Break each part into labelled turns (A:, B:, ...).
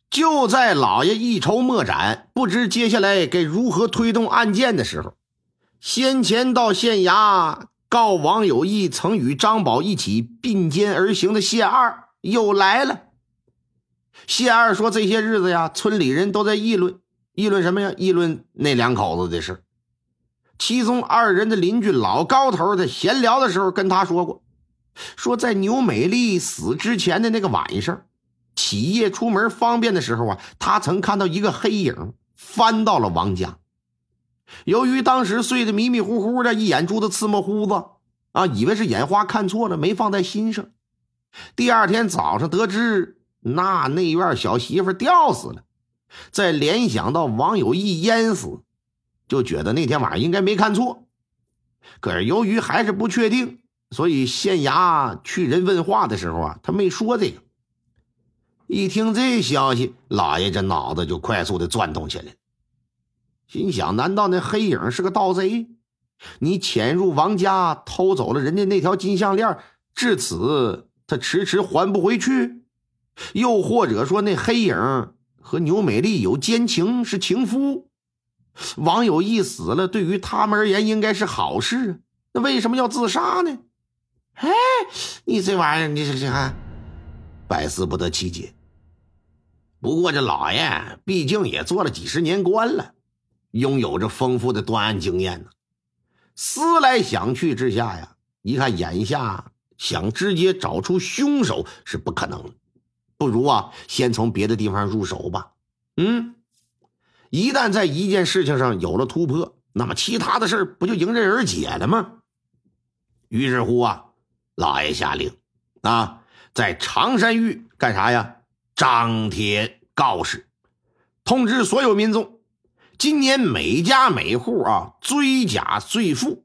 A: 就在老爷一筹莫展，不知接下来该如何推动案件的时候，先前到县衙告王有义曾与张宝一起并肩而行的谢二又来了。谢二说这些日子呀，村里人都在议论什么呀？议论那两口子的事。其中二人的邻居老高头在闲聊的时候跟他说过，说在牛美丽死之前的那个晚上，起夜出门方便的时候啊，他曾看到一个黑影翻到了王家。由于当时睡得迷迷糊糊的，一眼珠子刺墨胡子啊，以为是眼花看错了，没放在心上。第二天早上得知内院小媳妇吊死了，再联想到王有义淹死，就觉得那天晚上应该没看错。可是由于还是不确定，所以县衙去人问话的时候啊，他没说这个。一听这消息，老爷这脑子就快速的转动起来了，心想难道那黑影是个盗贼？你潜入王家偷走了人家那条金项链，至此他迟迟还不回去？又或者说那黑影和牛美丽有奸情，是情夫？王有义死了，对于他们而言应该是好事啊，那为什么要自杀呢？哎，你这玩意儿，你这还百思不得其解。不过这老爷毕竟也做了几十年官了，拥有着丰富的断案经验呢。思来想去之下呀，一看眼下想直接找出凶手是不可能了，不如啊先从别的地方入手吧。一旦在一件事情上有了突破，那么其他的事不就迎刃而解了吗？于是乎啊，老爷下令啊，在常山峪干啥呀？张贴告示，通知所有民众，今年每家每户啊追缴税赋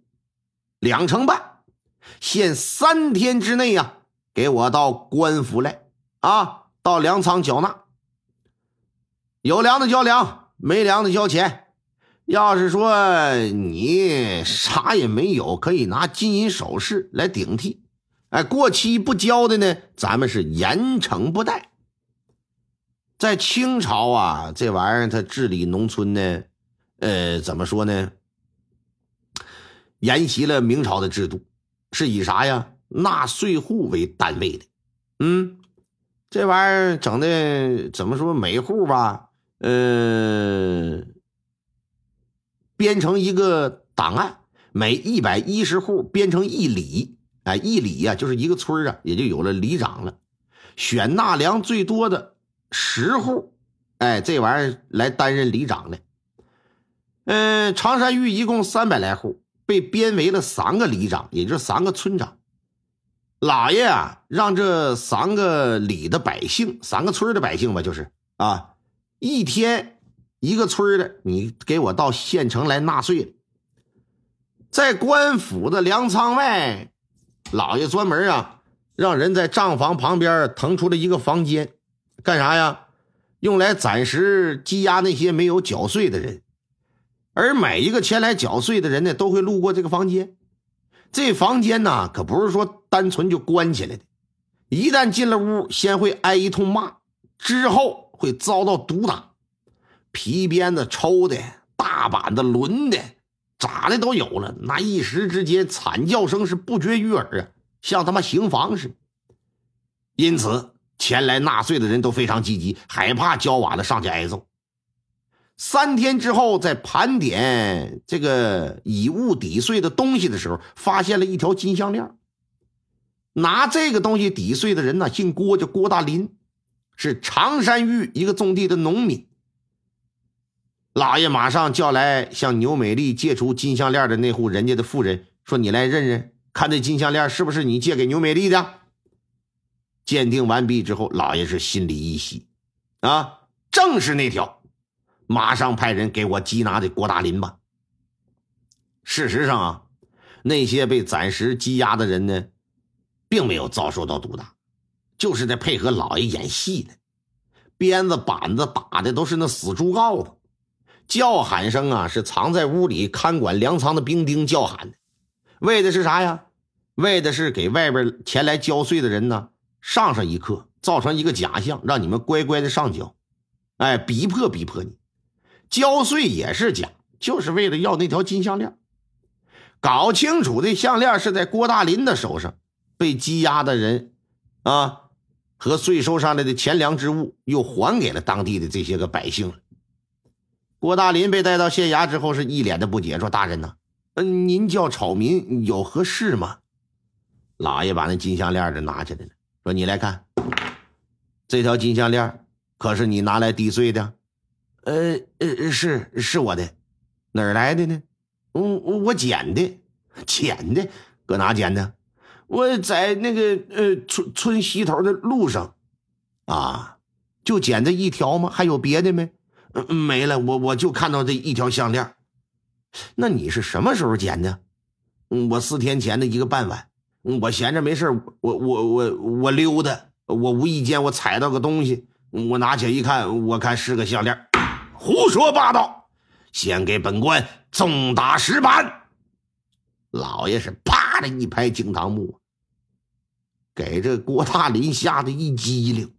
A: 2成半，限3天之内啊，给我到官府来啊，到粮仓缴纳。有粮的交粮，没粮的交钱。要是说你啥也没有，可以拿金银首饰来顶替。过期不交的呢，咱们是严惩不贷。在清朝啊，这玩意儿它治理农村呢，怎么说呢？沿袭了明朝的制度，是以啥呀？纳税户为单位的。这玩意儿整的怎么说？每户吧，编成一个档案，每110户编成1里，一里啊就是一个村啊，也就有了里长了。选纳粮最多的10户，这玩意儿来担任里长来。常山峪一共300来户，被编为了3个里长，也就是3个村长。老爷啊，让这3个里的百姓，3个村的百姓吧，就是啊，一天一个村的，你给我到县城来纳税。在官府的粮仓外，老爷专门啊，让人在账房旁边腾出了一个房间，干啥呀？用来暂时羁押那些没有缴税的人。而每一个前来缴税的人呢，都会路过这个房间。这房间呢，可不是说单纯就关起来的，一旦进了屋，先会挨一通骂，之后会遭到毒打，皮鞭子抽的，大板子抡的，咋的都有了。那一时之间惨叫声是不绝于耳啊，像他妈刑房似的。因此前来纳税的人都非常积极，害怕交晚了上去挨揍。3天之后，在盘点这个以物抵税的东西的时候，发现了一条金项链。拿这个东西抵税的人呢，姓郭，叫郭大林，是常山峪一个种地的农民。老爷马上叫来向牛美丽借出金项链的那户人家的妇人，说你来认认，看这金项链是不是你借给牛美丽的。鉴定完毕之后，老爷是心里一喜啊，正是那条，马上派人给我缉拿这郭大林吧。事实上啊，那些被暂时羁押的人呢，并没有遭受到毒打，就是在配合老爷演戏呢。鞭子板子打的都是那死猪羔子，叫喊声啊是藏在屋里看管粮仓的兵丁叫喊的。为的是啥呀？为的是给外边前来交税的人呢上一课，造成一个假象，让你们乖乖的上缴。 逼迫你。交税也是假，就是为了要那条金项链。搞清楚这项链是在郭大林的手上，被羁押的人和税收上来的钱粮之物又还给了当地的这些个百姓了。郭大林被带到县衙之后是一脸的不解，说大人呐，您叫草民有何事吗？老爷把那金项链拿起来了，说你来看，这条金项链可是你拿来抵税的？是我的。哪儿来的呢？我捡的。捡的？搁哪捡的？我在那个村西头的路上。就捡这一条吗？还有别的没？没了，我就看到这一条项链。那你是什么时候捡的？我4天前的一个傍晚，我闲着没事，我溜达，我无意间我踩到个东西，我拿起来一看，我看是个项链。胡说八道，先给本官重打10板。老爷是啪的一拍惊堂木，给这郭大林吓得一激灵。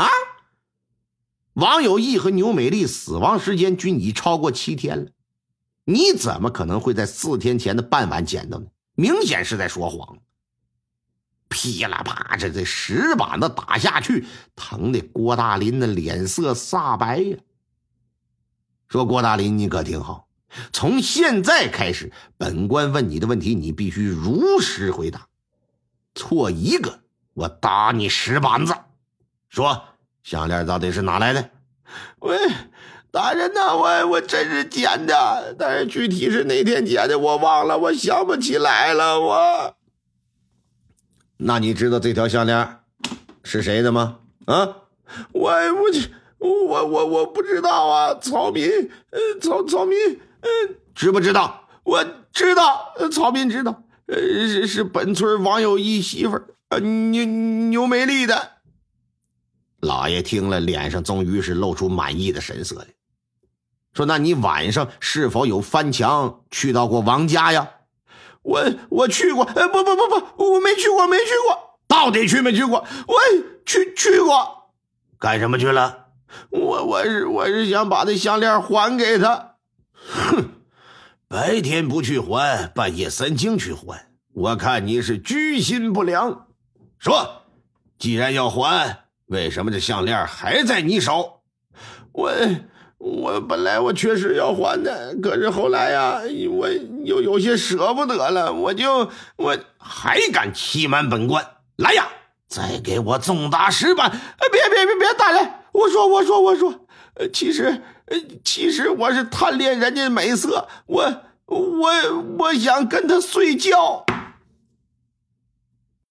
A: 王有义和牛美丽死亡时间均已超过7天了，你怎么可能会在4天前的傍晚捡到呢？明显是在说谎。噼啦啪，这10板子打下去，疼的郭大林的脸色煞白呀。说郭大林，你可听好，从现在开始，本官问你的问题，你必须如实回答，错一个我打你10板子。说项链到底是哪来的？大人呐，我真是捡的，但是具体是哪天捡的我忘了，我想不起来了。那你知道这条项链是谁的吗？我不知道啊。草民知不知道？我知道，草民知道，是本村王有义媳妇牛美丽的。老爷听了，脸上终于是露出满意的神色来，说那你晚上是否有翻墙去到过王家呀？我去过。我没去过。到底去没去过？我去过。干什么去了？我是想把这项链还给他。白天不去还，半夜3更去还，我看你是居心不良。说既然要还，为什么这项链还在你手？我本来我确实要还的，可是后来呀，我有些舍不得了，我还敢欺瞒本官？来呀，再给我重打10板！别，大人，我说，其实我是贪恋人家美色，我想跟他睡觉。